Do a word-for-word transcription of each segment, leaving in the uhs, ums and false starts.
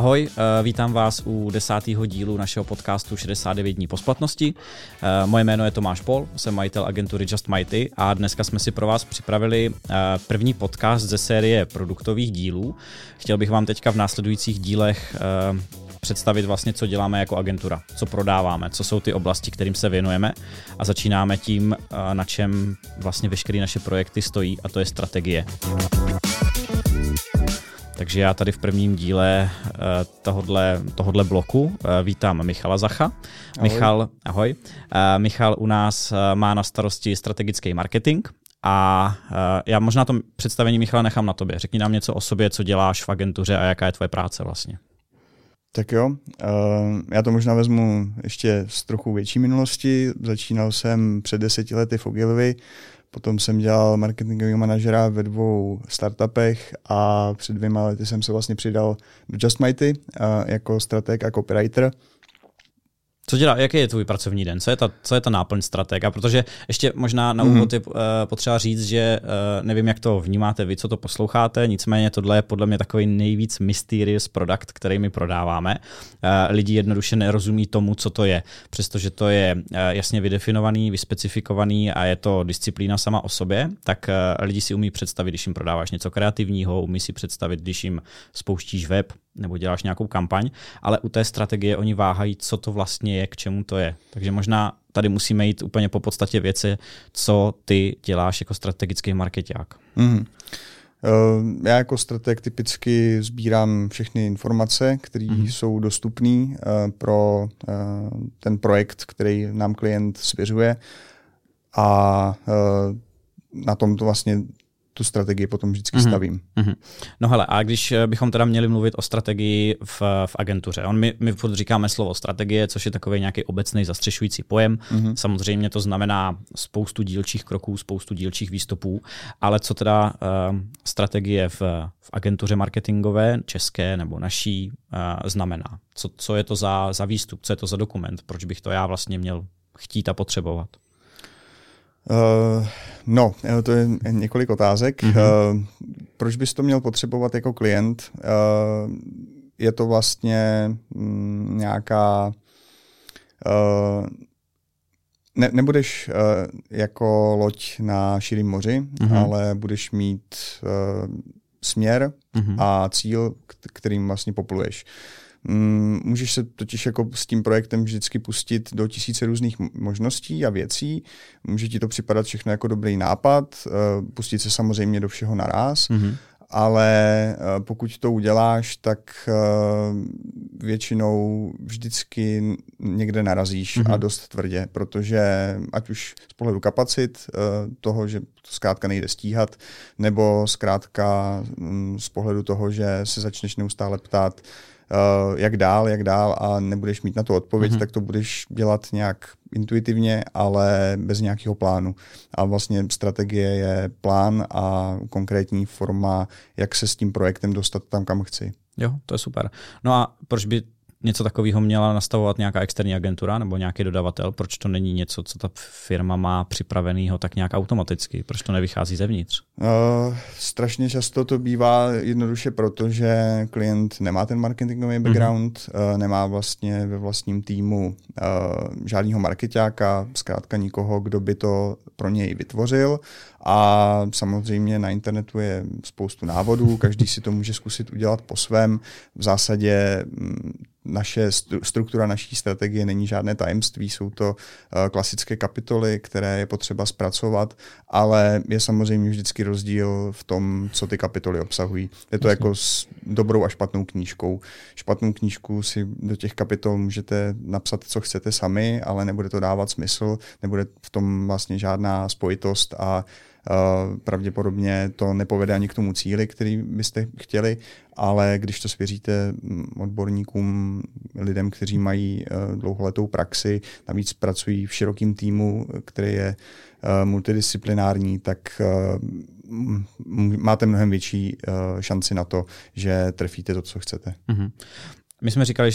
Ahoj, vítám vás u desátého dílu našeho podcastu šedesát devět dní po splatnosti. Moje jméno je Tomáš Pol, jsem majitel agentury Just Mighty a dneska jsme si pro vás připravili první podcast ze série produktových dílů. Chtěl bych vám teďka v následujících dílech představit vlastně, co děláme jako agentura, co prodáváme, co jsou ty oblasti, kterým se věnujeme a začínáme tím, na čem vlastně veškeré naše projekty stojí, a to je strategie. Takže já tady v prvním díle tohodle, tohodle bloku vítám Michala Zacha. Ahoj. Michal, ahoj. Michal u nás má na starosti strategický marketing a já možná to představení Michala nechám na tobě. Řekni nám něco o sobě, co děláš v agentuře a jaká je tvoje práce vlastně. Tak jo, já to možná vezmu ještě z trochu větší minulosti. Začínal jsem před deseti lety v Ogilvy, potom jsem dělal marketingového manažera ve dvou startupech a před dvěma lety jsem se vlastně přidal do Just Mighty jako strateg a copywriter. Co dělá, jaký je tvůj pracovní den? Co je ta, co je ta náplň stratega? Protože ještě možná na úvod je uh, potřeba říct, že uh, nevím, jak to vnímáte vy, co to posloucháte, nicméně tohle je podle mě takový nejvíc mysterious product, který my prodáváme. Uh, lidi jednoduše nerozumí tomu, co to je, přestože to je uh, jasně vydefinovaný, vyspecifikovaný a je to disciplína sama o sobě, tak uh, lidi si umí představit, když jim prodáváš něco kreativního, umí si představit, když jim spouštíš web nebo děláš nějakou kampaň, ale u té strategie oni váhají, co to vlastně je, k čemu to je. Takže možná tady musíme jít úplně po podstatě věci, co ty děláš jako strategický marketák. Mm. Já jako strateg typicky sbírám všechny informace, které mm. jsou dostupné pro ten projekt, který nám klient svěřuje, a na tom to vlastně tu strategii potom vždycky mm-hmm. stavím. Mm-hmm. No hele, a když bychom teda měli mluvit o strategii v, v agentuře, on my, my furt říkáme slovo strategie, což je takový nějaký obecný zastřešující pojem. Mm-hmm. Samozřejmě to znamená spoustu dílčích kroků, spoustu dílčích výstupů, ale co teda uh, strategie v, v agentuře marketingové, české nebo naší, uh, znamená? Co, co je to za, za výstup, co je to za dokument, proč bych to já vlastně měl chtít a potřebovat? Uh, no, to je několik otázek. Mm-hmm. Uh, proč bys to měl potřebovat jako klient? Uh, je to vlastně mm, nějaká... Uh, ne, nebudeš uh, jako loď na širém moři, mm-hmm. ale budeš mít uh, směr mm-hmm. a cíl, kterým vlastně popluješ. Můžeš se totiž jako s tím projektem vždycky pustit do tisíce různých možností a věcí. Může ti to připadat všechno jako dobrý nápad, pustit se samozřejmě do všeho naráz, mm-hmm. ale pokud to uděláš, tak většinou vždycky někde narazíš mm-hmm. a dost tvrdě, protože ať už z pohledu kapacit toho, že to zkrátka nejde stíhat, nebo zkrátka z pohledu toho, že se začneš neustále ptát, Uh, jak dál, jak dál a nebudeš mít na to odpověď, mm-hmm. tak to budeš dělat nějak intuitivně, ale bez nějakého plánu. A vlastně strategie je plán a konkrétní forma, jak se s tím projektem dostat tam, kam chci. Jo, to je super. No a proč by něco takového měla nastavovat nějaká externí agentura nebo nějaký dodavatel? Proč to není něco, co ta firma má připravenýho tak nějak automaticky? Proč to nevychází zevnitř? Uh, strašně často to bývá jednoduše proto, že klient nemá ten marketingový background, mm-hmm. uh, nemá vlastně ve vlastním týmu uh, žádného markeťáka, zkrátka nikoho, kdo by to pro něj vytvořil. A samozřejmě na internetu je spoustu návodů, každý si to může zkusit udělat po svém. V zásadě naše struktura naší strategie není žádné tajemství, jsou to klasické kapitoly, které je potřeba zpracovat, ale je samozřejmě vždycky rozdíl v tom, co ty kapitoly obsahují. Je to jako s dobrou a špatnou knížkou. Špatnou knížku si do těch kapitol můžete napsat, co chcete sami, ale nebude to dávat smysl, nebude v tom vlastně žádná spojitost a Uh, pravděpodobně to nepovede ani k tomu cíli, který byste chtěli, ale když to svěříte odborníkům, lidem, kteří mají uh, dlouholetou praxi, navíc pracují v širokém týmu, který je uh, multidisciplinární, tak uh, máte mnohem větší uh, šanci na to, že trefíte to, co chcete. Mm-hmm. My jsme říkali, že ta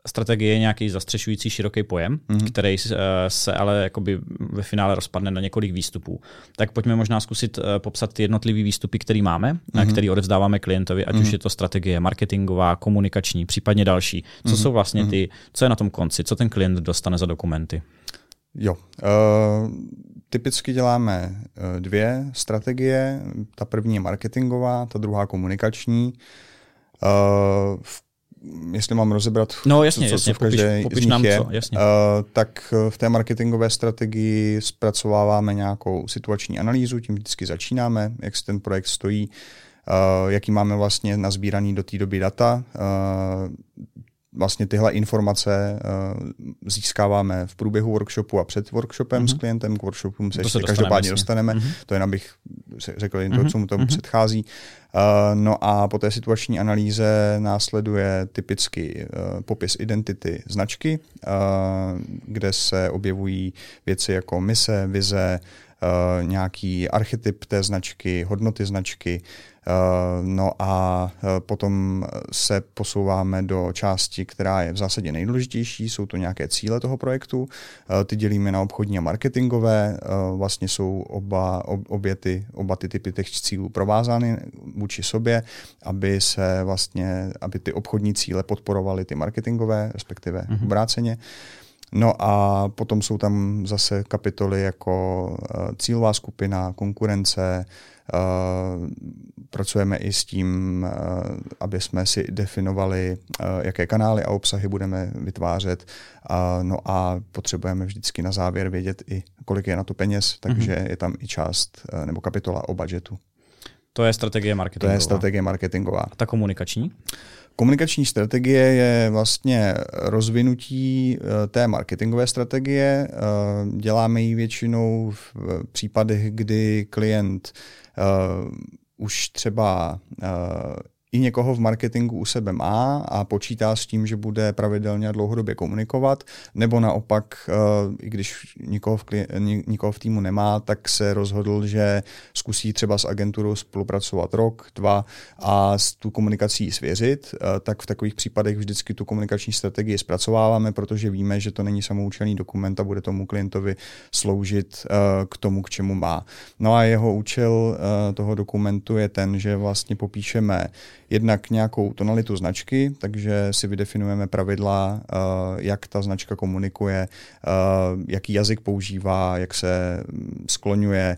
strategie je nějaký zastřešující široký pojem, mm-hmm. který se ale jakoby ve finále rozpadne na několik výstupů. Tak pojďme možná zkusit popsat ty jednotlivý výstupy, které máme, mm-hmm. který odevzdáváme klientovi, ať mm-hmm. už je to strategie marketingová, komunikační, případně další. Co mm-hmm. jsou vlastně ty, co je na tom konci, co ten klient dostane za dokumenty? Jo, uh, typicky děláme uh, dvě strategie. Ta první je marketingová, ta druhá komunikační. Uh, v Jestli mám rozebrat, no, jasně, co, co, jasně, co v každé popiš, z nich je, co, jasně. Uh, tak v té marketingové strategii zpracováváme nějakou situační analýzu, tím vždycky začínáme, jak se ten projekt stojí, uh, jaký máme vlastně nazbíraný do té doby data. Uh, Vlastně tyhle informace uh, získáváme v průběhu workshopu a před workshopem mm-hmm. s klientem. K workshopům se, se každopádně dostaneme. Mm-hmm. To jen abych řekl jen to, mm-hmm. co mu tomu mm-hmm. předchází. Uh, no a po té situační analýze následuje typicky uh, popis identity značky, uh, kde se objevují věci jako mise, vize, uh, nějaký archetyp té značky, hodnoty značky. Uh, no a uh, potom se posouváme do části, která je v zásadě nejdůležitější, jsou to nějaké cíle toho projektu. Uh, ty dělíme na obchodní a marketingové, uh, vlastně jsou oba, ob, obě ty, oba ty typy těch cílů provázány vůči sobě, aby se vlastně, aby ty obchodní cíle podporovaly ty marketingové, respektive mm-hmm. obráceně. No a potom jsou tam zase kapitoly jako uh, cílová skupina, konkurence. Uh, pracujeme i s tím, uh, aby jsme si definovali, uh, jaké kanály a obsahy budeme vytvářet. Uh, no a potřebujeme vždycky na závěr vědět i, kolik je na to peněz, takže mm-hmm. je tam i část uh, nebo kapitola o budgetu. To je strategie marketingová. To je strategie marketingová. A ta komunikační? Komunikační strategie je vlastně rozvinutí té marketingové strategie. Děláme ji většinou v případech, kdy klient uh, už třeba uh, i někoho v marketingu u sebe má a počítá s tím, že bude pravidelně a dlouhodobě komunikovat, nebo naopak, i když nikoho v, klien- nikoho v týmu nemá, tak se rozhodl, že zkusí třeba s agenturou spolupracovat rok, dva a s tu komunikací svěřit, tak v takových případech vždycky tu komunikační strategii zpracováváme, protože víme, že to není samoučelný dokument a bude tomu klientovi sloužit k tomu, k čemu má. No a jeho účel toho dokumentu je ten, že vlastně popíšeme jednak nějakou tonalitu značky, takže si vydefinujeme pravidla, jak ta značka komunikuje, jaký jazyk používá, jak se skloňuje,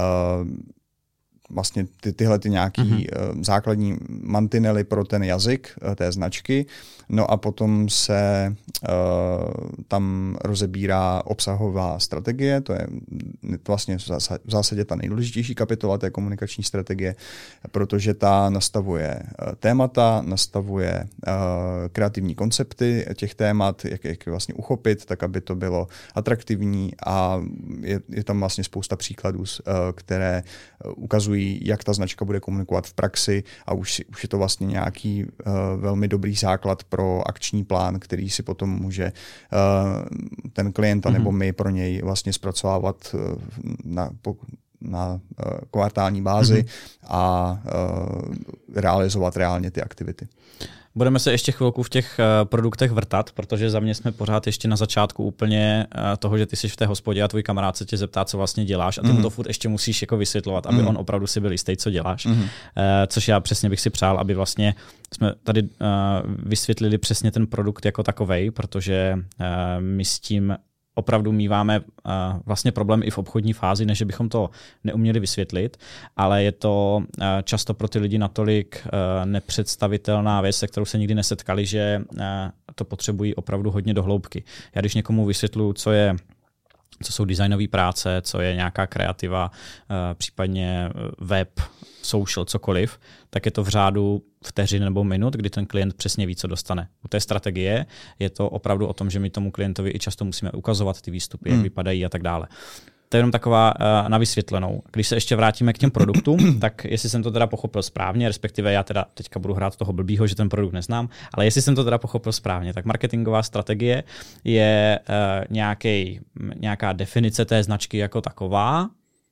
vlastně ty, tyhle ty nějaký mm-hmm. základní mantinely pro ten jazyk té značky. No a potom se uh, tam rozebírá obsahová strategie, to je vlastně v zásadě ta nejdůležitější kapitola té komunikační strategie, protože ta nastavuje témata, nastavuje uh, kreativní koncepty těch témat, jak, jak je vlastně uchopit, tak aby to bylo atraktivní a je, je tam vlastně spousta příkladů, uh, které ukazují, jak ta značka bude komunikovat v praxi a už, už je to vlastně nějaký uh, velmi dobrý základ pro akční plán, který si potom může uh, ten klient mm-hmm. nebo my pro něj vlastně zpracovávat uh, na, po, na uh, kvartální bázi mm-hmm. a uh, realizovat reálně ty aktivity. Budeme se ještě chvilku v těch uh, produktech vrtat, protože za mě jsme pořád ještě na začátku úplně uh, toho, že ty jsi v té hospodě a tvůj kamarád se tě zeptá, co vlastně děláš a ty mm. mu to furt ještě musíš jako vysvětlovat, aby mm. on opravdu si byl jistý, co děláš. Mm. Uh, což já přesně bych si přál, aby vlastně jsme tady uh, vysvětlili přesně ten produkt jako takovej, protože uh, my s tím opravdu míváme uh, vlastně problém i v obchodní fázi, než bychom to neuměli vysvětlit, ale je to uh, často pro ty lidi natolik uh, nepředstavitelná věc, se kterou se nikdy nesetkali, že uh, to potřebují opravdu hodně do hloubky. Já když někomu vysvětluju, co je co jsou designové práce, co je nějaká kreativa, případně web, social, cokoliv, tak je to v řádu vteřin nebo minut, kdy ten klient přesně ví, co dostane. U té strategie je to opravdu o tom, že my tomu klientovi i často musíme ukazovat ty výstupy, jak hmm. vypadají a tak dále. To je jenom taková uh, na vysvětlenou. Když se ještě vrátíme k těm produktům, tak jestli jsem to teda pochopil správně, respektive já teda teďka budu hrát toho blbýho, že ten produkt neznám, ale jestli jsem to teda pochopil správně, tak marketingová strategie je uh, nějaký, nějaká definice té značky jako taková,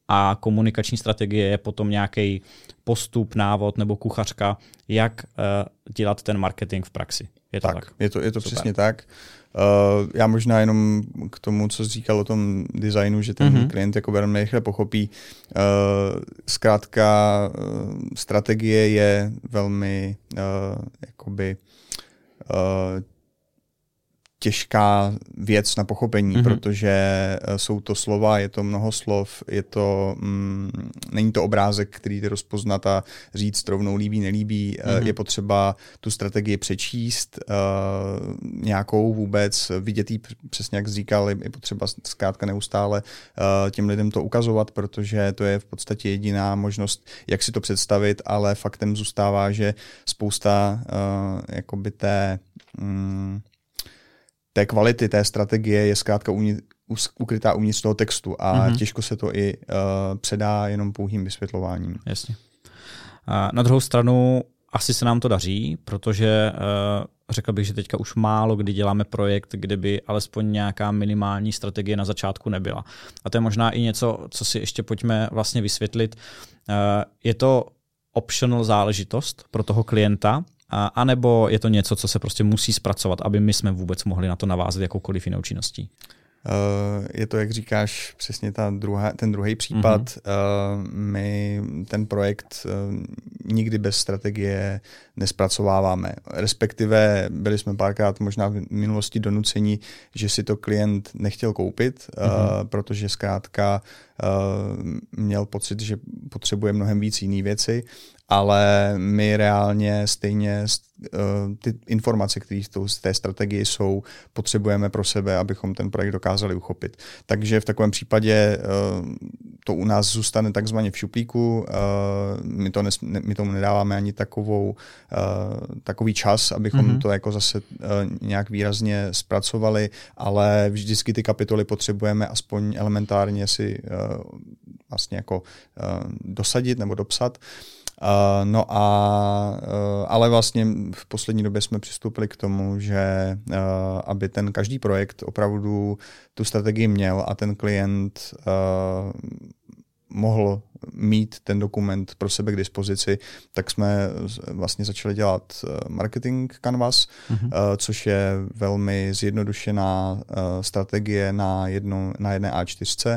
a komunikační strategie je potom nějaký postup, návod nebo kuchařka, jak uh, dělat ten marketing v praxi. Je to tak? tak? Je to, je to přesně tak. Uh, já možná jenom k tomu, co jsi říkal o tom designu, že ten mm-hmm. klient jako velmi rychle pochopí. Uh, zkrátka uh, strategie je velmi uh, jakoby uh, těžká věc na pochopení, mm-hmm. protože jsou to slova, je to mnoho slov, je to, mm, není to obrázek, který jde rozpoznat a říct rovnou líbí, nelíbí. Mm-hmm. Je potřeba tu strategii přečíst, uh, nějakou vůbec, vidět jí, přesně jak jsi říkal, je potřeba zkrátka neustále uh, těm lidem to ukazovat, protože to je v podstatě jediná možnost, jak si to představit, ale faktem zůstává, že spousta uh, jakoby té um, té kvality, té strategie je zkrátka ukrytá uvnitř toho textu a mm-hmm. těžko se to i uh, předá jenom pouhým vysvětlováním. Jasně. A na druhou stranu asi se nám to daří, protože uh, řekl bych, že teďka už málo kdy děláme projekt, kde by alespoň nějaká minimální strategie na začátku nebyla. A to je možná i něco, co si ještě pojďme vlastně vysvětlit. Uh, je to optional záležitost pro toho klienta, A, a nebo je to něco, co se prostě musí zpracovat, aby my jsme vůbec mohli na to navázat jakoukoliv jinou činností? Uh, je to, jak říkáš, přesně ta druhá, ten druhý případ. Mm-hmm. Uh, my ten projekt uh, nikdy bez strategie nespracováváme. Respektive byli jsme párkrát možná v minulosti donuceni, že si to klient nechtěl koupit, mm-hmm. uh, protože zkrátka uh, měl pocit, že potřebuje mnohem víc jiné věci, ale my reálně stejně uh, ty informace, které z té strategii jsou, potřebujeme pro sebe, abychom ten projekt dokázali uchopit. Takže v takovém případě uh, to u nás zůstane takzvaně v šuplíku, uh, my, to nes, my tomu nedáváme ani takovou, uh, takový čas, abychom mm-hmm. to jako zase uh, nějak výrazně zpracovali, ale vždycky ty kapitoly potřebujeme aspoň elementárně si uh, vlastně jako uh, dosadit nebo dopsat. Uh, no a, uh, ale vlastně v poslední době jsme přistoupili k tomu, že uh, aby ten každý projekt opravdu tu strategii měl a ten klient uh, mohl mít ten dokument pro sebe k dispozici, tak jsme vlastně začali dělat marketing canvas, mm-hmm. což je velmi zjednodušená strategie na, jedno, na jedné á čtyři,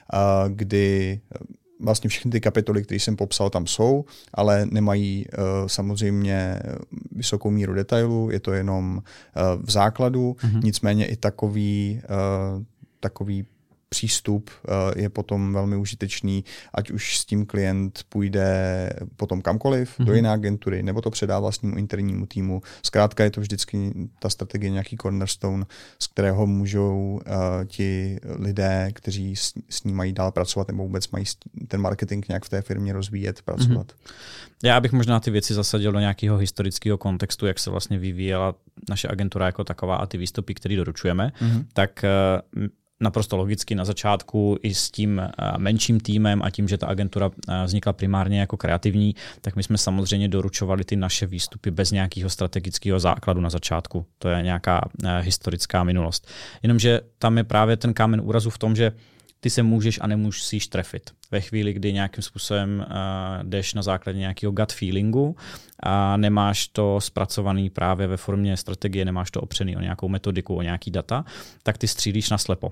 kdy vlastně všechny ty kapitoly, které jsem popsal, tam jsou, ale nemají uh, samozřejmě vysokou míru detailu, je to jenom uh, v základu, mm-hmm. nicméně i takový, uh, takový přístup uh, je potom velmi užitečný, ať už s tím klient půjde potom kamkoliv, mm-hmm. do jiné agentury, nebo to předá vlastnímu internímu týmu. Zkrátka je to vždycky ta strategie nějaký cornerstone, z kterého můžou uh, ti lidé, kteří s, s ním mají dál pracovat, nebo vůbec mají ten marketing nějak v té firmě rozvíjet, pracovat. Mm-hmm. Já bych možná ty věci zasadil do nějakého historického kontextu, jak se vlastně vyvíjela naše agentura jako taková a ty výstupy, které doručujeme, mm-hmm. tak uh, naprosto logicky na začátku i s tím menším týmem a tím, že ta agentura vznikla primárně jako kreativní, tak my jsme samozřejmě doručovali ty naše výstupy bez nějakého strategického základu na začátku. To je nějaká historická minulost. Jenomže tam je právě ten kámen úrazu v tom, že ty se můžeš a nemusíš trefit. Ve chvíli, kdy nějakým způsobem uh, jdeš na základě nějakého gut feelingu a nemáš to zpracovaný právě ve formě strategie, nemáš to opřený o nějakou metodiku, o nějaký data, tak ty střílíš na slepo.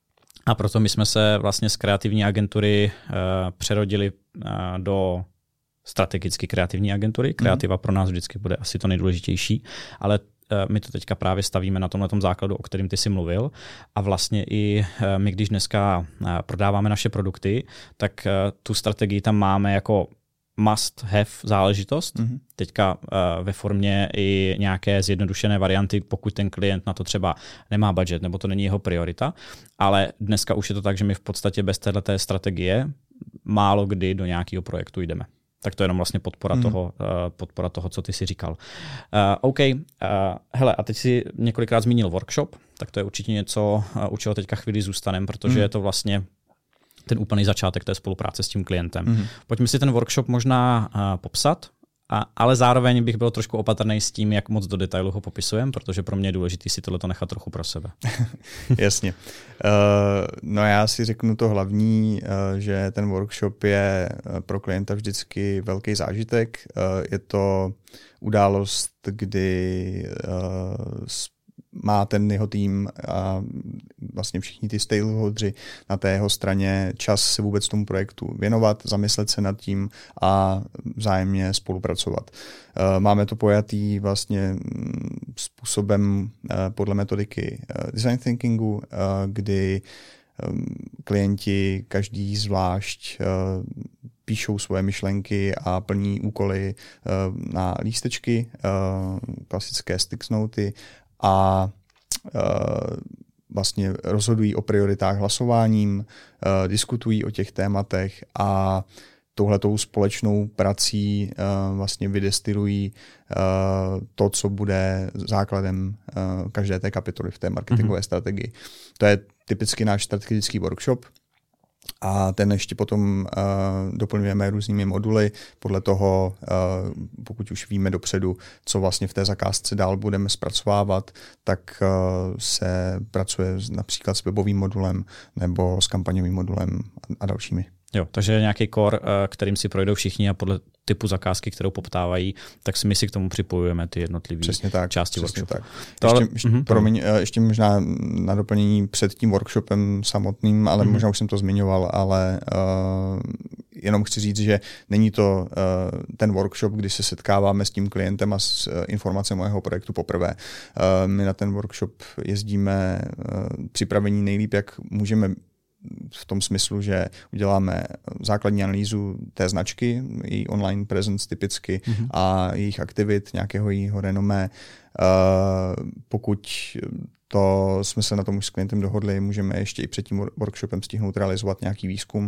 A proto my jsme se vlastně z kreativní agentury uh, přerodili uh, do strategicky kreativní agentury. Kreativa mm. pro nás vždycky bude asi to nejdůležitější, ale my to teďka právě stavíme na tomhletom základu, o kterém ty jsi mluvil. A vlastně i my, když dneska prodáváme naše produkty, tak tu strategii tam máme jako must have záležitost. Mm-hmm. Teďka ve formě i nějaké zjednodušené varianty, pokud ten klient na to třeba nemá budget, nebo to není jeho priorita. Ale dneska už je to tak, že my v podstatě bez téhleté strategie málo kdy do nějakého projektu jdeme. Tak to je jenom vlastně podpora, mm. toho, uh, podpora toho, co ty si říkal. Uh, OK, uh, hele, a teď si několikrát zmínil workshop, tak to je určitě něco, uh, u čeho teďka chvíli zůstanem, protože mm. je to vlastně ten úplný začátek té spolupráce s tím klientem. Mm. Pojďme si ten workshop možná uh, popsat a, ale zároveň bych byl trošku opatrný s tím, jak moc do detailu ho popisujeme, protože pro mě je důležité si tohleto nechat trochu pro sebe. Jasně. Uh, no já si řeknu to hlavní, uh, že ten workshop je pro klienta vždycky velký zážitek. Uh, je to událost, kdy uh, má ten jeho tým a vlastně všichni ty stakeholdři na té jeho straně čas se vůbec tomu projektu věnovat, zamyslet se nad tím a vzájemně spolupracovat. Máme to pojatý vlastně způsobem podle metodiky design thinkingu, kdy klienti každý zvlášť píšou svoje myšlenky a plní úkoly na lístečky, klasické stick noty, a uh, vlastně rozhodují o prioritách hlasováním, uh, diskutují o těch tématech a touhletou společnou prací uh, vlastně vydestilují uh, to, co bude základem uh, každé té kapitoly v té marketingové mm-hmm. strategii. To je typicky náš strategický workshop. A ten ještě potom uh, doplňujeme různými moduly podle toho, uh, pokud už víme dopředu, co vlastně v té zakázce dál budeme zpracovávat, tak uh, se pracuje například s webovým modulem nebo s kampaňovým modulem a, a dalšími. Jo, takže nějaký core, kterým si projdou všichni a podle typu zakázky, kterou poptávají, tak si my si k tomu připojujeme ty jednotlivé části workshopu. Tak. To ještě, ale, ještě, uh-huh, promiň, ještě možná na doplnění před tím workshopem samotným, ale uh-huh. možná už jsem to zmiňoval, ale uh, jenom chci říct, že není to uh, ten workshop, kdy se setkáváme s tím klientem a s uh, informacemi o jeho projektu poprvé. Uh, my na ten workshop jezdíme uh, připravení nejlíp, jak můžeme, v tom smyslu, že uděláme základní analýzu té značky, její online presence typicky mm-hmm. a jejich aktivit, nějakého jejího renomé. Uh, pokud to jsme se na tom už s klientem dohodli, můžeme ještě i před tím workshopem stihnout realizovat nějaký výzkum.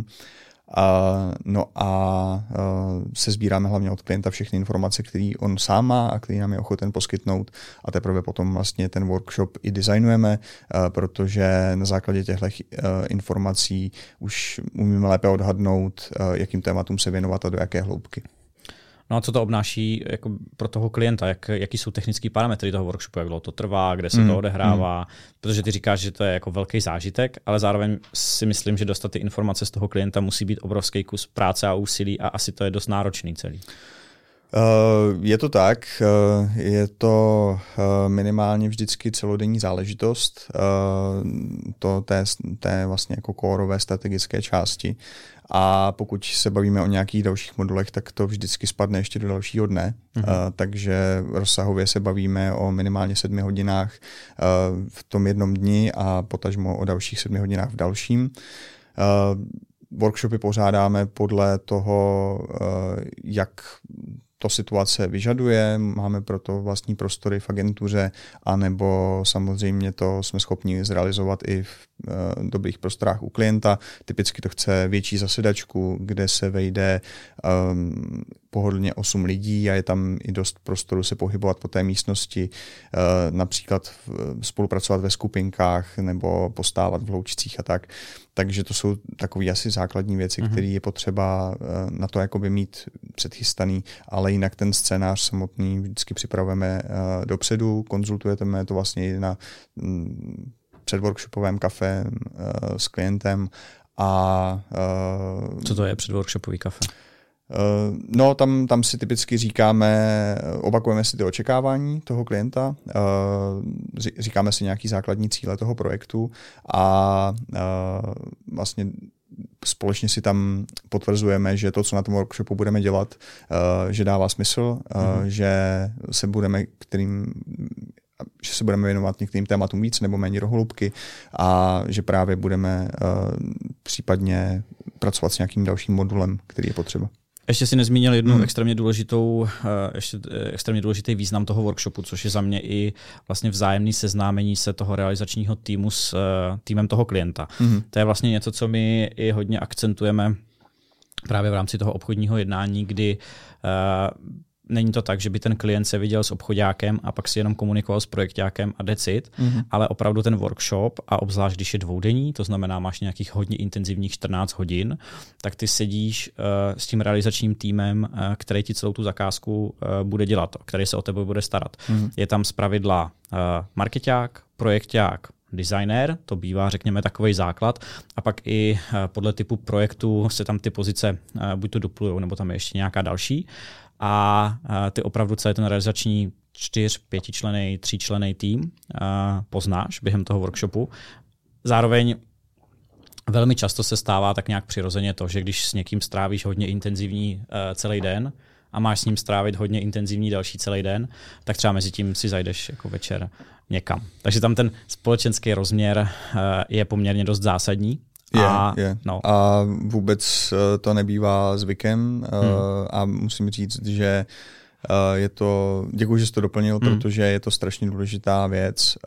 Uh, no a uh, se sbíráme hlavně od klienta všechny informace, které on sám má a který nám je ochoten poskytnout, a teprve potom vlastně ten workshop i designujeme, uh, protože na základě těchto uh, informací už umíme lépe odhadnout, uh, jakým tématům se věnovat a do jaké hloubky. No a co to obnáší jako pro toho klienta? Jak, jaký jsou technické parametry toho workshopu? Jak dlouho to trvá? Kde se mm, to odehrává? Mm. Protože ty říkáš, že to je jako velký zážitek, ale zároveň si myslím, že dostat ty informace z toho klienta musí být obrovský kus práce a úsilí a asi to je dost náročný celý. Uh, je to tak, uh, je to uh, minimálně vždycky celodenní záležitost, uh, to té, té vlastně jako kórové strategické části. A pokud se bavíme o nějakých dalších modulech, tak to vždycky spadne ještě do dalšího dne. Uh-huh. Uh, takže rozsahově se bavíme o minimálně sedmi hodinách uh, v tom jednom dni a potažmo o dalších sedmi hodinách v dalším. Uh, workshopy pořádáme podle toho, uh, jak to situace vyžaduje, máme proto vlastní prostory v agentuře, anebo samozřejmě to jsme schopni zrealizovat i v uh, dobrých prostorách u klienta. Typicky to chce větší zasedačku, kde se vejde um, pohodlně osm lidí a je tam i dost prostoru se pohybovat po té místnosti, uh, například v, spolupracovat ve skupinkách nebo postávat v hloučcích a tak. Takže to jsou takové asi základní věci, mm-hmm. které je potřeba uh, na to jakoby mít předchystaný, ale jinak ten scénář samotný vždycky připravujeme uh, dopředu, konzultujeme to vlastně i na um, předworkshopovém kafe uh, s klientem. A, uh, Co to je předworkshopový kafe? Uh, no, tam, tam si typicky říkáme, opakujeme si ty očekávání toho klienta, uh, říkáme si nějaký základní cíle toho projektu a uh, vlastně společně si tam potvrzujeme, že to, co na tom workshopu budeme dělat, uh, že dává smysl, uh, mm-hmm. že se budeme kterým že se budeme věnovat některým tématům víc nebo méně do hloubky a že právě budeme uh, případně pracovat s nějakým dalším modulem, který je potřeba. Ještě si nezmínil jednu hmm. extrémně důležitou, ještě extrémně důležitý význam toho workshopu, což je za mě i vlastně vzájemné seznámení se toho realizačního týmu s týmem toho klienta. Hmm. To je vlastně něco, co my i hodně akcentujeme právě v rámci toho obchodního jednání, kdy není to tak, že by ten klient se viděl s obchodákem a pak si jenom komunikoval s projektákem a decid, mm-hmm. ale opravdu ten workshop a obzvlášť, když je dvoudenní, to znamená, máš nějakých hodně intenzivních čtrnáct hodin, tak ty sedíš uh, s tím realizačním týmem, uh, který ti celou tu zakázku uh, bude dělat, který se o tebe bude starat. Mm-hmm. Je tam zpravidla uh, marketák, projekták, designer, to bývá, řekněme, takový základ, a pak i uh, podle typu projektu se tam ty pozice uh, buď to duplujou, nebo tam je ještě nějaká další. A ty opravdu celý ten realizační čtyř, pětičlený, tříčlený tým poznáš během toho workshopu. Zároveň velmi často se stává tak nějak přirozeně to, že když s někým strávíš hodně intenzivní celý den a máš s ním strávit hodně intenzivní další celý den, tak třeba mezi tím si zajdeš jako večer někam. Takže tam ten společenský rozměr je poměrně dost zásadní. Je, a, je. No. a vůbec to nebývá zvykem hmm. a musím říct, že je to, děkuji, že jsi to doplnil, hmm. protože je to strašně důležitá věc.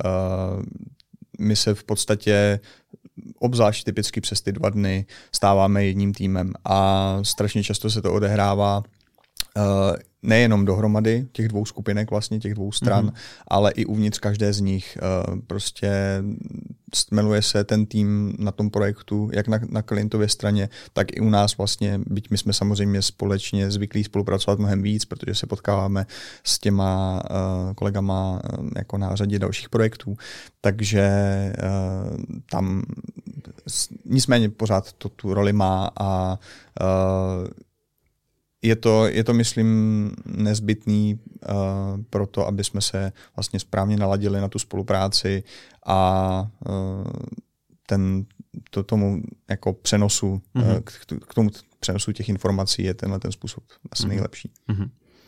My se v podstatě obzvlášť typicky přes ty dva dny stáváme jedním týmem a strašně často se to odehrává nejenom dohromady těch dvou skupinek, vlastně těch dvou stran, mm-hmm. ale i uvnitř každé z nich. Prostě stmeluje se ten tým na tom projektu, jak na, na klientově straně, tak i u nás vlastně, byť my jsme samozřejmě společně zvyklí spolupracovat mnohem víc, protože se potkáváme s těma uh, kolegama uh, jako na řadě dalších projektů, takže uh, tam nicméně pořád to tu roli má a uh, Je to, je to, myslím, nezbytný uh, pro to, aby jsme se vlastně správně naladili na tu spolupráci a uh, ten, to, tomu jako přenosu, mm-hmm. uh, k, k tomu přenosu těch informací je tenhle ten způsob asi mm-hmm. nejlepší. Mm-hmm.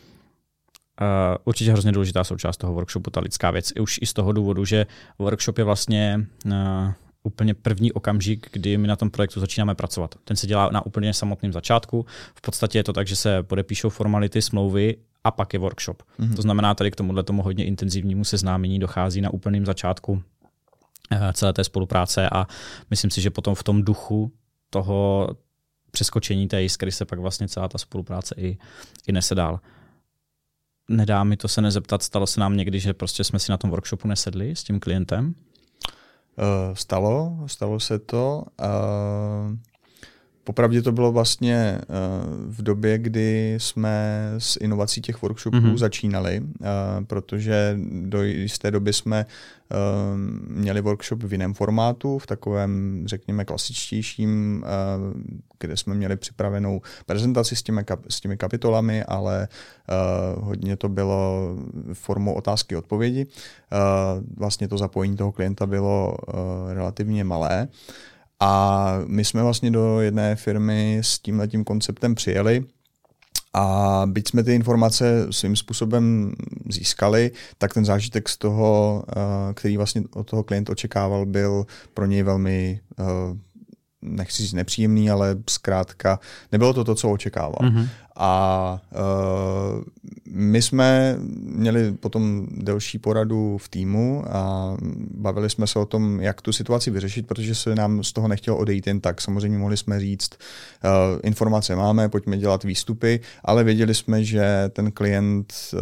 Uh, určitě hrozně důležitá součást toho workshopu, ta lidská věc. Už i z toho důvodu, že workshop je vlastně uh, úplně první okamžik, kdy my na tom projektu začínáme pracovat. Ten se dělá na úplně samotném začátku. V podstatě je to tak, že se podepíšou formality, smlouvy a pak je workshop. Mm-hmm. To znamená, tady k tomuhle tomu hodně intenzivnímu seznámení dochází na úplném začátku celé té spolupráce a myslím si, že potom v tom duchu toho přeskočení té jiskry se pak vlastně celá ta spolupráce i, i nese dál. Nedá mi to se nezeptat, stalo se nám někdy, že prostě jsme si na tom workshopu nesedli s tím klientem? Stalo, stalo se to. Popravdě to bylo vlastně v době, kdy jsme s inovací těch workshopů mm-hmm. začínali, protože do jisté doby jsme měli workshop v jiném formátu, v takovém, řekněme, klasičtějším, kde jsme měli připravenou prezentaci s těmi, s těmi kapitolami, ale hodně to bylo formou otázky odpovědi. Vlastně to zapojení toho klienta bylo relativně malé. A my jsme vlastně do jedné firmy s tímhletím konceptem přijeli a byť jsme ty informace svým způsobem získali, tak ten zážitek z toho, který vlastně od toho klient očekával, byl pro něj velmi, nechci říct nepříjemný, ale zkrátka nebylo to to, co očekával. Mm-hmm. A uh, my jsme měli potom delší poradu v týmu a bavili jsme se o tom, jak tu situaci vyřešit, protože se nám z toho nechtělo odejít jen tak. Samozřejmě mohli jsme říct, uh, informace máme, pojďme dělat výstupy, ale věděli jsme, že ten klient uh,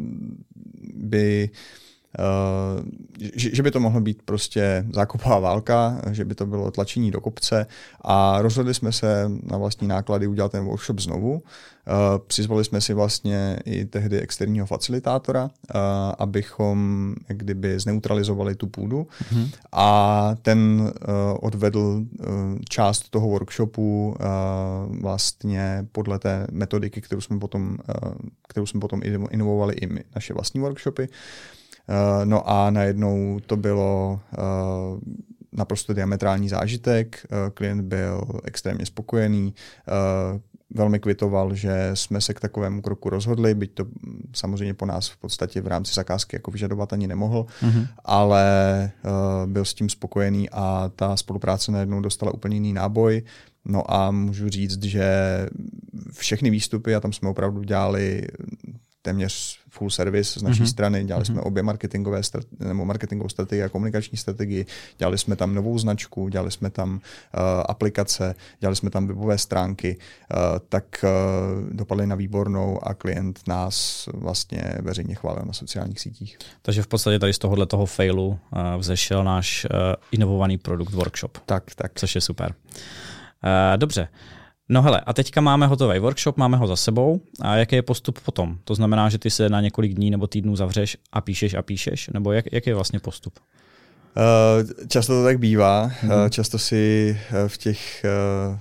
by Uh, že, že by to mohlo být prostě zákopová válka, že by to bylo tlačení do kopce a rozhodli jsme se na vlastní náklady udělat ten workshop znovu. Uh, přizvali jsme si vlastně i tehdy externího facilitátora, uh, abychom kdyby zneutralizovali tu půdu mm-hmm. a ten uh, odvedl uh, část toho workshopu uh, vlastně podle té metodiky, kterou jsme potom, uh, kterou jsme potom inovovali i my, naše vlastní workshopy. No a najednou to bylo uh, naprosto diametrální zážitek, uh, klient byl extrémně spokojený, uh, velmi kvitoval, že jsme se k takovému kroku rozhodli, byť to samozřejmě po nás v podstatě v rámci zakázky jako vyžadovat ani nemohl, mm-hmm. ale uh, byl s tím spokojený a ta spolupráce najednou dostala úplně jiný náboj. No a můžu říct, že všechny výstupy, a tam jsme opravdu dělali téměř full service z naší mm-hmm. strany. Dělali mm-hmm. jsme obě marketingové strate- nebo marketingovou strategii a komunikační strategii. Dělali jsme tam novou značku, dělali jsme tam uh, aplikace, dělali jsme tam webové stránky, uh, tak uh, dopadly na výbornou a klient nás vlastně veřejně chválil na sociálních sítích. Takže v podstatě tady z tohohle toho failu uh, vzešel náš uh, inovovaný produkt Workshop. Tak, tak. Což je super. Uh, dobře. No hele, a teďka máme hotový workshop, máme ho za sebou a jaký je postup potom? To znamená, že ty se na několik dní nebo týdnů zavřeš a píšeš a píšeš? Nebo jak, jaký je vlastně postup? Uh, často to tak bývá. Hmm. Uh, často si v těch uh,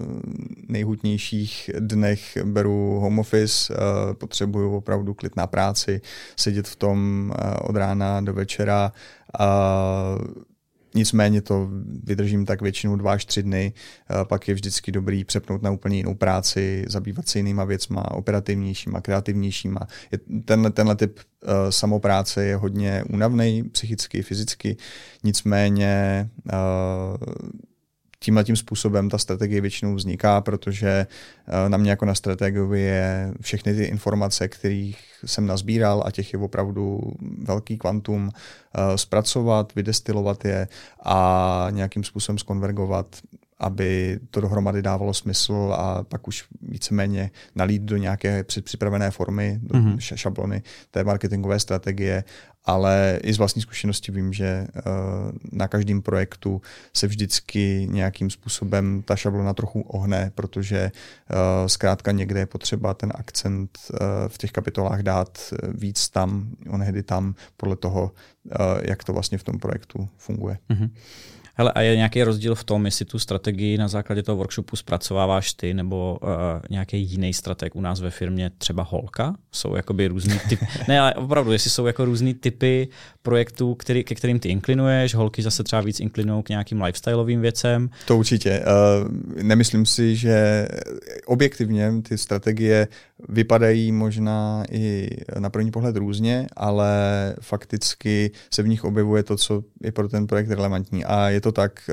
nejhutnějších dnech beru home office, uh, potřebuju opravdu klid na práci, sedět v tom uh, od rána do večera a nicméně to vydržím tak většinou dva až tři dny, pak je vždycky dobrý přepnout na úplně jinou práci, zabývat se jinýma věcma, operativnějšíma, kreativnějšíma. Tenhle, tenhle typ uh, samopráce je hodně únavný, psychicky, fyzicky, nicméně uh, tímhletím způsobem ta strategie většinou vzniká, protože na mě jako na strategii je všechny ty informace, kterých jsem nazbíral, a těch je opravdu velký kvantum, zpracovat, vydestilovat je a nějakým způsobem zkonvergovat, aby to dohromady dávalo smysl a pak už víceméně nalít do nějaké předpřipravené formy, do mm-hmm. šablony té marketingové strategie, ale i z vlastní zkušenosti vím, že uh, na každém projektu se vždycky nějakým způsobem ta šablona trochu ohne, protože uh, zkrátka někde je potřeba ten akcent uh, v těch kapitolách dát víc tam, onehdy tam, podle toho, uh, jak to vlastně v tom projektu funguje. Mm-hmm. Hele, a je nějaký rozdíl v tom, jestli tu strategii na základě toho workshopu zpracováváš ty nebo uh, nějaký jiný strateg u nás ve firmě, třeba Holka? Jsou jakoby různý typy. Ne, ale opravdu, jestli jsou jako různý typy projektů, který, ke kterým ty inklinuješ, Holky zase třeba víc inklinují k nějakým lifestyleovým věcem. To určitě. Uh, nemyslím si, že objektivně ty strategie vypadají možná i na první pohled různě, ale fakticky se v nich objevuje to, co je pro ten projekt relevantní. A je to tak,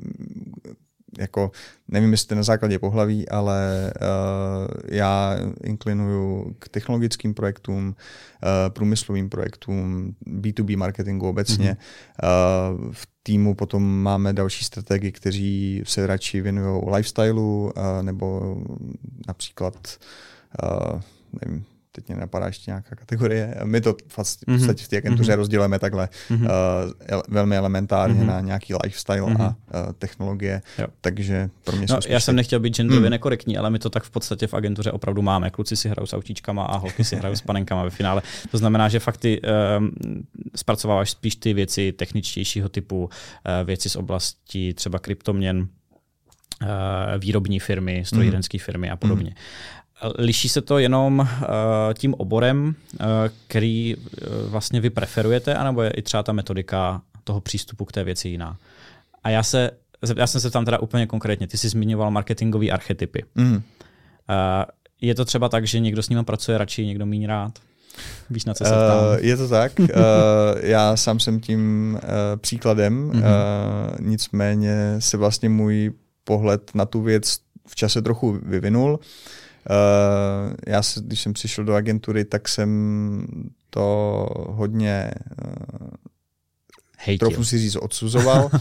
jako nevím, jestli na základě pohlaví, ale já inklinuju k technologickým projektům, průmyslovým projektům, bé dvě bé marketingu obecně. Mm-hmm. V týmu potom máme další strategy, kteří se radši věnují lifestyleu, nebo například nevím, teď mě napadá ještě nějaká kategorie. My to v podstatě v té agentuře mm-hmm. rozdělujeme takhle mm-hmm. uh, velmi elementárně mm-hmm. na nějaký lifestyle mm-hmm. a uh, technologie, jo. Takže pro mě no, jsou já jsem nechtěl být genderově mm. nekorektní, ale my to tak v podstatě v agentuře opravdu máme. Kluci si hrajou s autíčkama a holky si hrajou s panenkama ve finále. To znamená, že fakt ty um, zpracováváš spíš ty věci techničtějšího typu, uh, věci z oblasti třeba kryptoměn, uh, výrobní firmy, strojírenské mm. firmy a podobně. Mm. Liší se to jenom uh, tím oborem, uh, který uh, vlastně vy preferujete, anebo je i třeba ta metodika toho přístupu k té věci jiná? A já, se, já jsem se tam teda úplně konkrétně, ty jsi zmiňoval marketingové archetypy. Mm. Uh, je to třeba tak, že někdo s nimi pracuje radši, někdo míň rád? Víš, na co se ptám? Uh, je to tak. uh, já sám jsem tím uh, příkladem, mm-hmm. uh, nicméně se vlastně můj pohled na tu věc v čase trochu vyvinul. Uh, já se, když jsem přišel do agentury, tak jsem to hodně uh, Hejtil. trochu si říct odsuzoval. uh,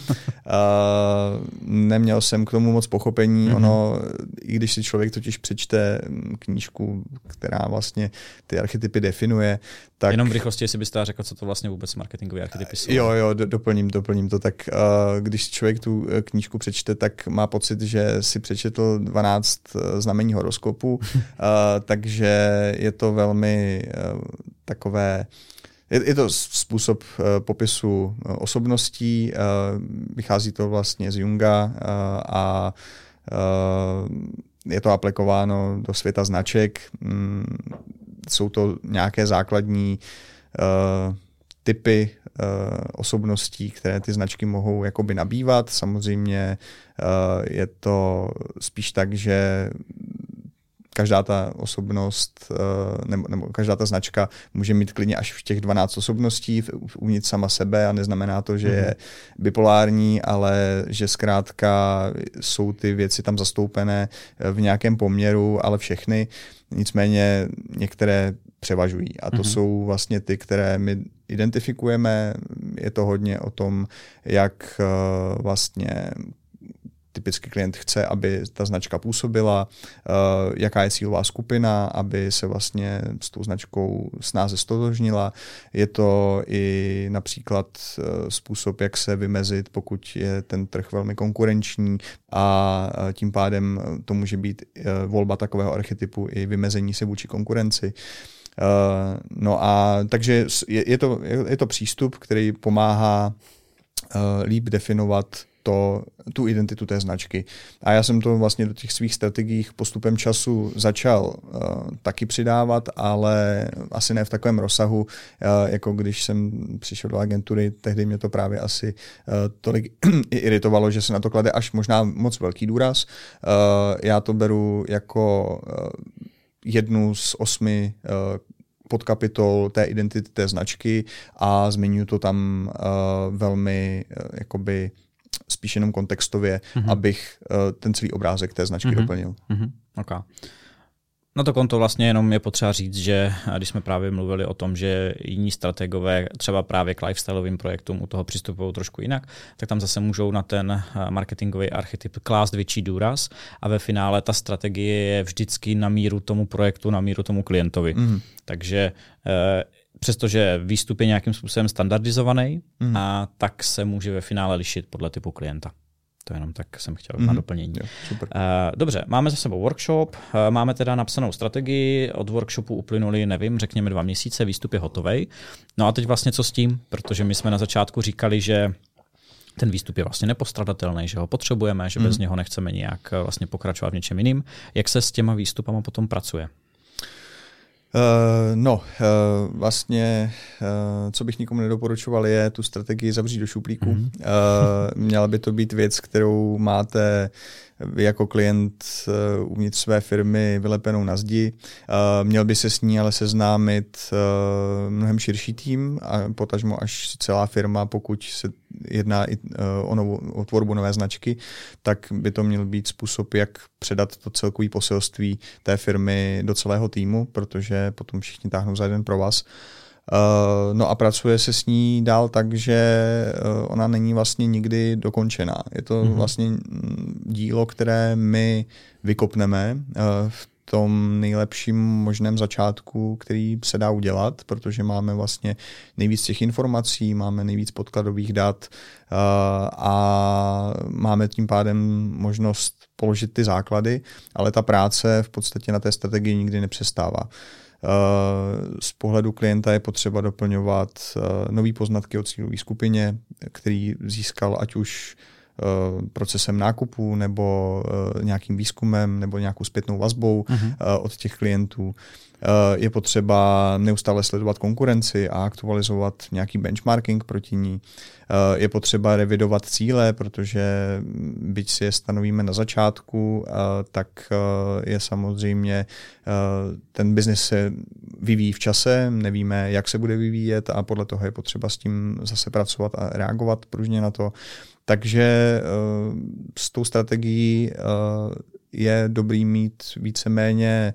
neměl jsem k tomu moc pochopení. Mm-hmm. Ono, i když si člověk totiž přečte knížku, která vlastně ty archetypy definuje, tak... Jenom v rychlosti, jestli byste řekl, co to vlastně vůbec marketingové archetypy jsou. Jo, jo, do, doplním, doplním to. Tak uh, když člověk tu knížku přečte, tak má pocit, že si přečetl dvanáct znamení horoskopu, uh, takže je to velmi uh, takové... Je, je to způsob uh, popisu uh, osobností, uh, vychází to vlastně z Junga uh, a uh, je to aplikováno do světa značek. Mm, jsou to nějaké základní uh, typy uh, osobností, které ty značky mohou jakoby nabývat. Samozřejmě uh, je to spíš tak, že každá ta osobnost nebo, nebo každá ta značka může mít klidně až v těch dvanáct osobností uvnitř sama sebe a neznamená to, že je bipolární, ale že zkrátka jsou ty věci tam zastoupené v nějakém poměru, ale všechny. Nicméně některé převažují a to mm-hmm. jsou vlastně ty, které my identifikujeme. Je to hodně o tom, jak uh, vlastně typicky klient chce, aby ta značka působila, uh, jaká je cílová skupina, aby se vlastně s tou značkou snáze stotožnila. Je to i například uh, způsob, jak se vymezit, pokud je ten trh velmi konkurenční a uh, tím pádem to může být uh, volba takového archetypu i vymezení se vůči konkurenci. Uh, no a takže je, je, to, je to přístup, který pomáhá uh, líp definovat to, tu identitu té značky. A já jsem to vlastně do těch svých strategiích postupem času začal uh, taky přidávat, ale asi ne v takovém rozsahu, uh, jako když jsem přišel do agentury, tehdy mě to právě asi uh, tolik iritovalo, že se na to klade až možná moc velký důraz. Uh, já to beru jako uh, jednu z osmi uh, podkapitol té identity té značky a zmiňuji to tam uh, velmi uh, jakoby spíš jenom kontextově, mm-hmm. abych uh, ten celý obrázek té značky mm-hmm. doplnil. Mm-hmm. Okay. Na to konto vlastně jenom je potřeba říct, že když jsme právě mluvili o tom, že jiní strategové třeba právě k lifestyleovým projektům u toho přistupují trošku jinak, tak tam zase můžou na ten marketingový archetyp klást větší důraz a ve finále ta strategie je vždycky na míru tomu projektu, na míru tomu klientovi. Mm. Takže eh, přestože výstup je nějakým způsobem standardizovaný, mm. a tak se může ve finále lišit podle typu klienta. To jenom tak jsem chtěl mm-hmm. na doplnění. Jo, super. Uh, dobře, máme za sebou workshop, uh, máme teda napsanou strategii, od workshopu uplynuli, nevím, řekněme dva měsíce, výstup je hotovej. No a teď vlastně co s tím? Protože my jsme na začátku říkali, že ten výstup je vlastně nepostradatelný, že ho potřebujeme, že mm. bez něho nechceme nějak vlastně pokračovat v něčem jiným. Jak se s těma výstupama potom pracuje? Uh, no, uh, vlastně, uh, co bych nikomu nedoporučoval, je tu strategii zavřít do šuplíku. Mm-hmm. Uh, měla by to být věc, kterou máte vy jako klient uh, uvnitř své firmy vylepenou na zdi. Uh, měl by se s ní ale seznámit uh, mnohem širší tým a potažmo až celá firma, pokud se jedná i uh, o, novou, o tvorbu nové značky, tak by to měl být způsob, jak předat to celkové poselství té firmy do celého týmu, protože potom všichni táhnou za jeden pro vás. Uh, no a pracuje se s ní dál tak, že uh, ona není vlastně nikdy dokončená. Je to mm-hmm. vlastně dílo, které my vykopneme uh, v tom nejlepším možném začátku, který se dá udělat, protože máme vlastně nejvíc těch informací, máme nejvíc podkladových dat uh, a máme tím pádem možnost položit ty základy, ale ta práce v podstatě na té strategii nikdy nepřestává. Z pohledu klienta je potřeba doplňovat nové poznatky o cílové skupině, který získal ať už procesem nákupu nebo nějakým výzkumem nebo nějakou zpětnou vazbou uh-huh. od těch klientů. Je potřeba neustále sledovat konkurenci a aktualizovat nějaký benchmarking proti ní. Je potřeba revidovat cíle, protože byť si je stanovíme na začátku, tak je samozřejmě ten biznis se vyvíjí v čase, nevíme, jak se bude vyvíjet a podle toho je potřeba s tím zase pracovat a reagovat pružně na to. Takže s tou strategií je dobrý mít víceméně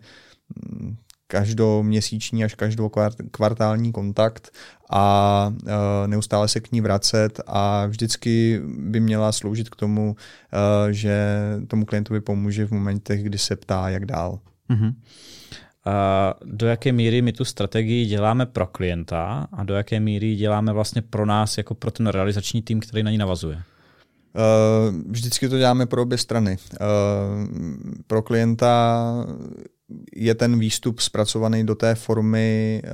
každoměsíční až každokvartální kontakt a neustále se k ní vracet a vždycky by měla sloužit k tomu, že tomu klientovi pomůže v momentech, kdy se ptá, jak dál. Mm-hmm. A do jaké míry my tu strategii děláme pro klienta a do jaké míry děláme vlastně pro nás jako pro ten realizační tým, který na ní navazuje? Vždycky to děláme pro obě strany. Pro klienta je ten výstup zpracovaný do té formy,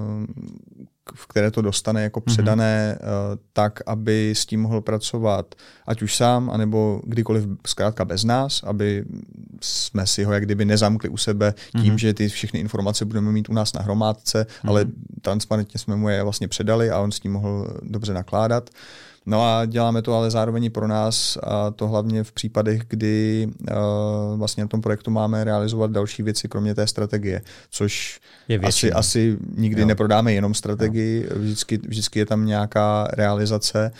v které to dostane jako předané, mm-hmm. tak, aby s tím mohl pracovat ať už sám, anebo kdykoliv zkrátka bez nás, aby jsme si ho jak kdyby nezamkli u sebe tím, mm-hmm. že ty všechny informace budeme mít u nás na hromádce, mm-hmm. ale transparentně jsme mu je vlastně předali a on s tím mohl dobře nakládat. No a děláme to ale zároveň i pro nás a to hlavně v případech, kdy uh, vlastně na tom projektu máme realizovat další věci, kromě té strategie, což je asi, asi nikdy jo. neprodáme jenom strategii, vždycky, vždycky je tam nějaká realizace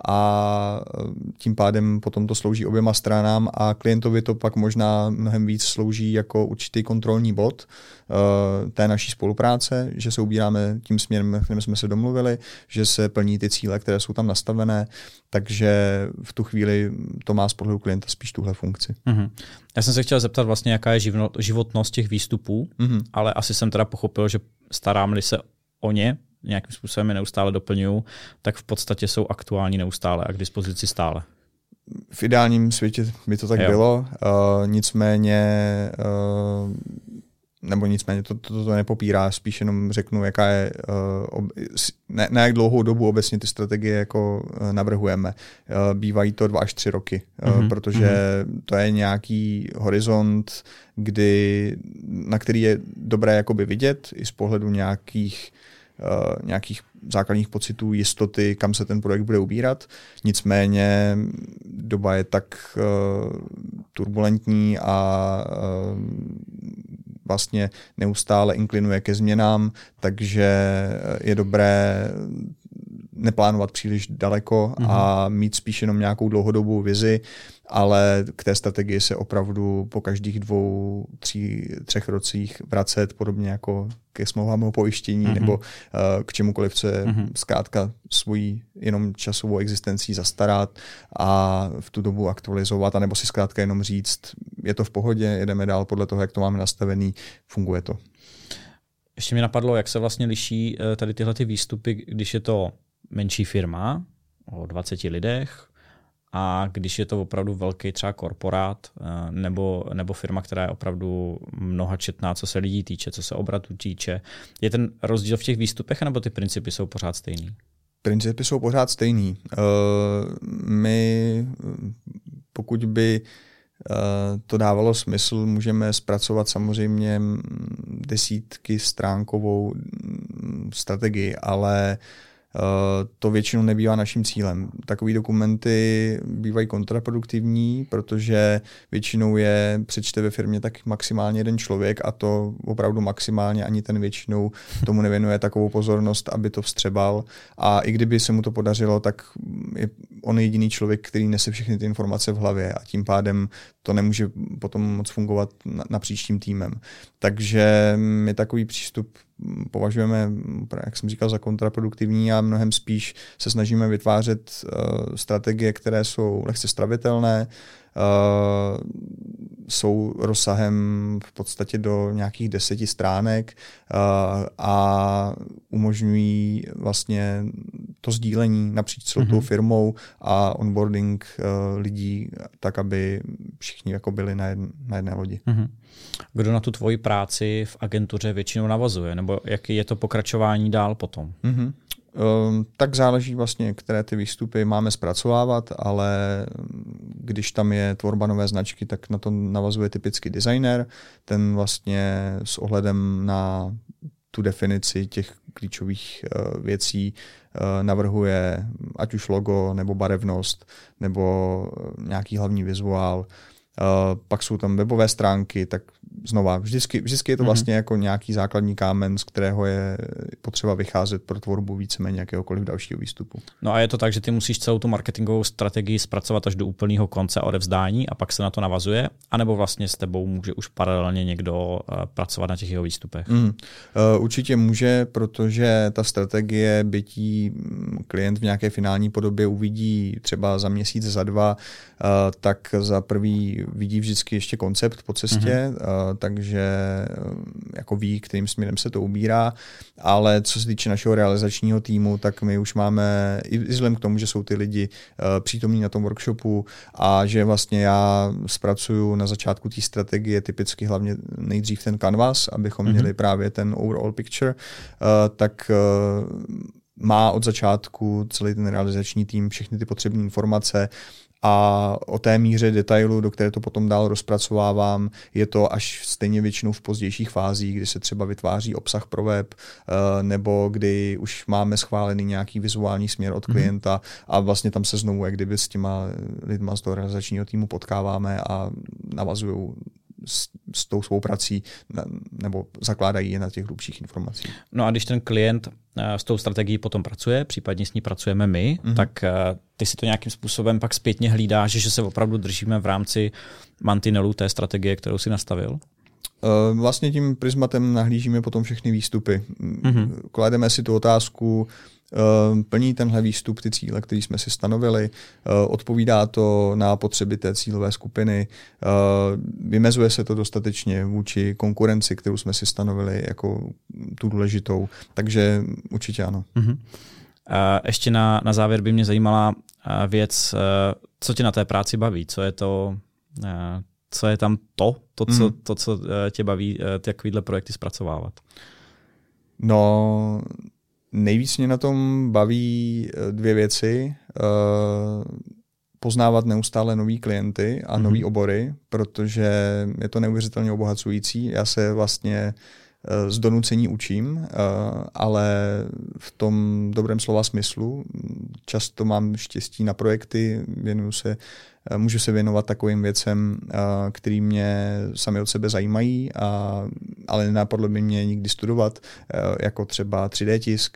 a tím pádem potom to slouží oběma stranám a klientovi to pak možná mnohem víc slouží jako určitý kontrolní bod uh, té naší spolupráce, že se ubíráme tím směrem, kterým jsme se domluvili, že se plní ty cíle, které jsou tam nastavené, takže v tu chvíli to má z pohledu klienta spíš tuhle funkci. Mm-hmm. Já jsem se chtěl zeptat vlastně, jaká je životnost těch výstupů, mm-hmm. ale asi jsem teda pochopil, že starám-li se o ně, nějakým způsobem je neustále doplňují, tak v podstatě jsou aktuální neustále a k dispozici stále. V ideálním světě by to tak jo. bylo, uh, nicméně uh, nebo nicméně to, to, to nepopírá, spíš jenom řeknu, jaká je, uh, na, na jak dlouhou dobu obecně ty strategie jako uh, navrhujeme. Uh, bývají to dva až tři roky, uh, mm-hmm. protože mm-hmm. to je nějaký horizont, kdy, na který je dobré jakoby vidět i z pohledu nějakých Uh, nějakých základních pocitů, jistoty, kam se ten projekt bude ubírat. Nicméně doba je tak uh, turbulentní a uh, vlastně neustále inklinuje ke změnám, takže je dobré neplánovat příliš daleko mm-hmm. a mít spíš jenom nějakou dlouhodobou vizi, ale k té strategii se opravdu po každých dvou, tří, třech rocích vracet, podobně jako ke smlouvám o pojištění mm-hmm. nebo uh, k čemukoliv, co je mm-hmm. zkrátka svojí jenom časovou existencí zastarat a v tu dobu aktualizovat, anebo si zkrátka jenom říct, je to v pohodě, jedeme dál podle toho, jak to máme nastavený, funguje to. Ještě mi napadlo, jak se vlastně liší tady tyhle ty výstupy, když je to menší firma o dvaceti lidech a když je to opravdu velký třeba korporát nebo, nebo firma, která je opravdu mnohačetná, co se lidí týče, co se obratu týče. Je ten rozdíl v těch výstupech, nebo ty principy jsou pořád stejný? Principy jsou pořád stejný. Uh, my, pokud by to dávalo smysl, můžeme zpracovat samozřejmě desítky stránkovou strategii, ale to většinou nebývá naším cílem. Takové dokumenty bývají kontraproduktivní, protože většinou je přečte ve firmě tak maximálně jeden člověk a to opravdu maximálně ani ten většinou tomu nevěnuje takovou pozornost, aby to vstřebal. A i kdyby se mu to podařilo, tak je on jediný člověk, který nese všechny ty informace v hlavě a tím pádem to nemůže potom moc fungovat napříč tím týmem. Takže my takový přístup považujeme, jak jsem říkal, za kontraproduktivní a mnohem spíš se snažíme vytvářet uh, strategie, které jsou lehce stravitelné, uh, jsou rozsahem v podstatě do nějakých deseti stránek uh, a umožňují vlastně to sdílení napříč celou mm-hmm. tou firmou a onboarding uh, lidí tak, aby všichni jako byli na, jedn, na jedné lodi. Mm-hmm. Kdo na tu tvoji práci v agentuře většinou navazuje? Nebo jaký je to pokračování dál potom? Mm-hmm. Um, tak záleží vlastně, které ty výstupy máme zpracovávat, ale když tam je tvorba nové značky, tak na to navazuje typicky designer. Ten vlastně s ohledem na tu definici těch klíčových uh, věcí uh, navrhuje ať už logo, nebo barevnost, nebo nějaký hlavní vizuál. Uh, pak jsou tam webové stránky, tak znova, vždycky, vždycky je to vlastně mm-hmm. jako nějaký základní kámen, z kterého je potřeba vycházet pro tvorbu víceméně jakéhokoliv dalšího výstupu. No a je to tak, že ty musíš celou tu marketingovou strategii zpracovat až do úplného konce odevzdání a pak se na to navazuje, anebo vlastně s tebou může už paralelně někdo uh, pracovat na těch jeho výstupech? Mm. Uh, určitě může, protože ta strategie, bytí klient v nějaké finální podobě uvidí třeba za měsíc, za dva, uh, tak za prvý vidí vždycky ještě koncept po cestě, mm-hmm. uh, takže jako ví, kterým směrem se to ubírá, ale co se týče našeho realizačního týmu, tak my už máme, i vzhledem k tomu, že jsou ty lidi uh, přítomní na tom workshopu a že vlastně já zpracuju na začátku té strategie typicky hlavně nejdřív ten canvas, abychom mm-hmm. měli právě ten overall picture, uh, tak uh, má od začátku celý ten realizační tým všechny ty potřebné informace a o té míře detailu, do které to potom dál rozpracovávám, je to až stejně většinou v pozdějších fázích, kdy se třeba vytváří obsah pro web, nebo kdy už máme schválený nějaký vizuální směr od klienta a vlastně tam se znovu jak kdyby s těma lidma z toho realizačního týmu potkáváme a navazují s, s tou svou prací nebo zakládají je na těch hlubších informacích. No a když ten klient s tou strategií potom pracuje, případně s ní pracujeme my, mm-hmm. tak ty si to nějakým způsobem pak zpětně hlídáš, že se opravdu držíme v rámci mantinelů té strategie, kterou si nastavil? Vlastně tím prismatem nahlížíme potom všechny výstupy. Mm-hmm. Klademe si tu otázku, plní tenhle výstup ty cíle, které jsme si stanovili, odpovídá to na potřeby té cílové skupiny, vymezuje se to dostatečně vůči konkurenci, kterou jsme si stanovili jako tu důležitou, takže určitě ano. Uh-huh. Ještě na, na závěr by mě zajímala věc, co tě na té práci baví, co je to, co je tam to, to, co, uh-huh. to, co tě baví takovýhle projekty zpracovávat? No... Nejvíc mě na tom baví dvě věci. Poznávat neustále nový klienty a nový mm-hmm. obory, protože je to neuvěřitelně obohacující. Já se vlastně z donucení učím, ale v tom dobrém slova smyslu. Často mám štěstí na projekty, věnuju se, můžu se věnovat takovým věcem, který mě sami od sebe zajímají, a, ale nenapadlo by mě nikdy studovat, jako třeba tři dé tisk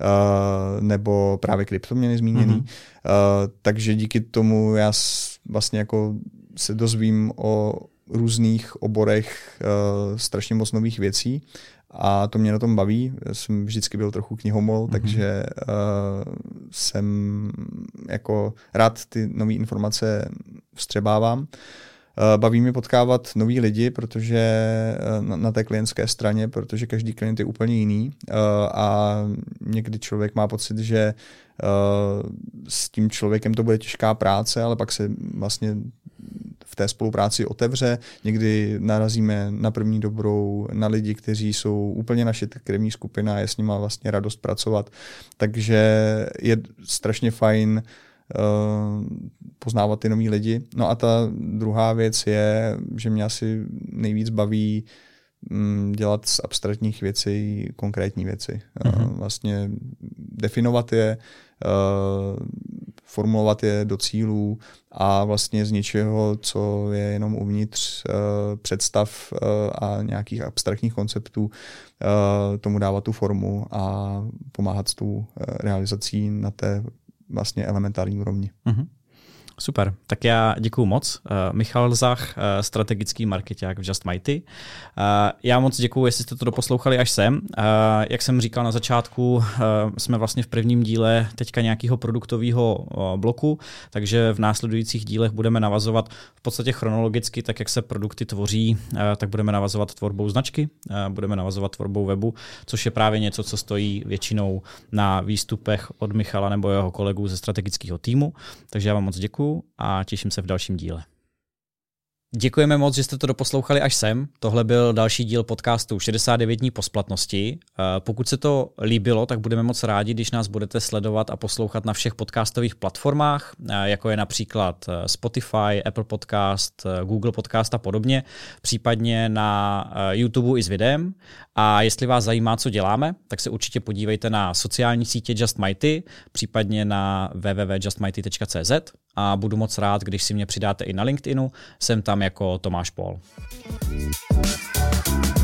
nebo právě kryptoměny zmíněný. Mm-hmm. Takže díky tomu já vlastně jako se dozvím o různých oborech uh, strašně moc nových věcí a to mě na tom baví. Já jsem vždycky byl trochu knihomol, mm-hmm. takže uh, jsem jako rád ty nové informace vstřebávám. Uh, baví mě potkávat nový lidi, protože uh, na, na té klientské straně, protože každý klient je úplně jiný uh, a někdy člověk má pocit, že uh, s tím člověkem to bude těžká práce, ale pak se vlastně v té spolupráci otevře. Někdy narazíme na první dobrou na lidi, kteří jsou úplně naše krevní skupina a je s nima vlastně radost pracovat. Takže je strašně fajn uh, poznávat ty nový lidi. No a ta druhá věc je, že mě asi nejvíc baví um, dělat z abstraktních věcí konkrétní věci. Mm-hmm. Uh, vlastně definovat je, uh, formulovat je do cílů a vlastně z něčeho, co je jenom uvnitř uh, představ uh, a nějakých abstraktních konceptů, uh, tomu dávat tu formu a pomáhat s tou uh, realizací na té vlastně elementární úrovni. Mm-hmm. Super, tak já děkuju moc. Uh, Michal Zach, uh, strategický markeťák v Just Mighty. Uh, já moc děkuju, jestli jste to doposlouchali až sem. Uh, jak jsem říkal na začátku, uh, jsme vlastně v prvním díle teďka nějakého produktového uh, bloku, takže v následujících dílech budeme navazovat v podstatě chronologicky, tak jak se produkty tvoří, uh, tak budeme navazovat tvorbou značky, uh, budeme navazovat tvorbou webu, což je právě něco, co stojí většinou na výstupech od Michala nebo jeho kolegů ze strategického týmu. Takže já vám moc děkuju a těším se v dalším díle. Děkujeme moc, že jste to doposlouchali až sem. Tohle byl další díl podcastu šedesát devět dní po splatnosti. Pokud se to líbilo, tak budeme moc rádi, když nás budete sledovat a poslouchat na všech podcastových platformách, jako je například Spotify, Apple Podcast, Google Podcast a podobně, případně na YouTube i s videem. A jestli vás zajímá, co děláme, tak se určitě podívejte na sociální sítě Just Mighty, případně na w w w tečka just mighty tečka c z a budu moc rád, když si mě přidáte i na LinkedInu, jsem tam jako Tomáš Pól.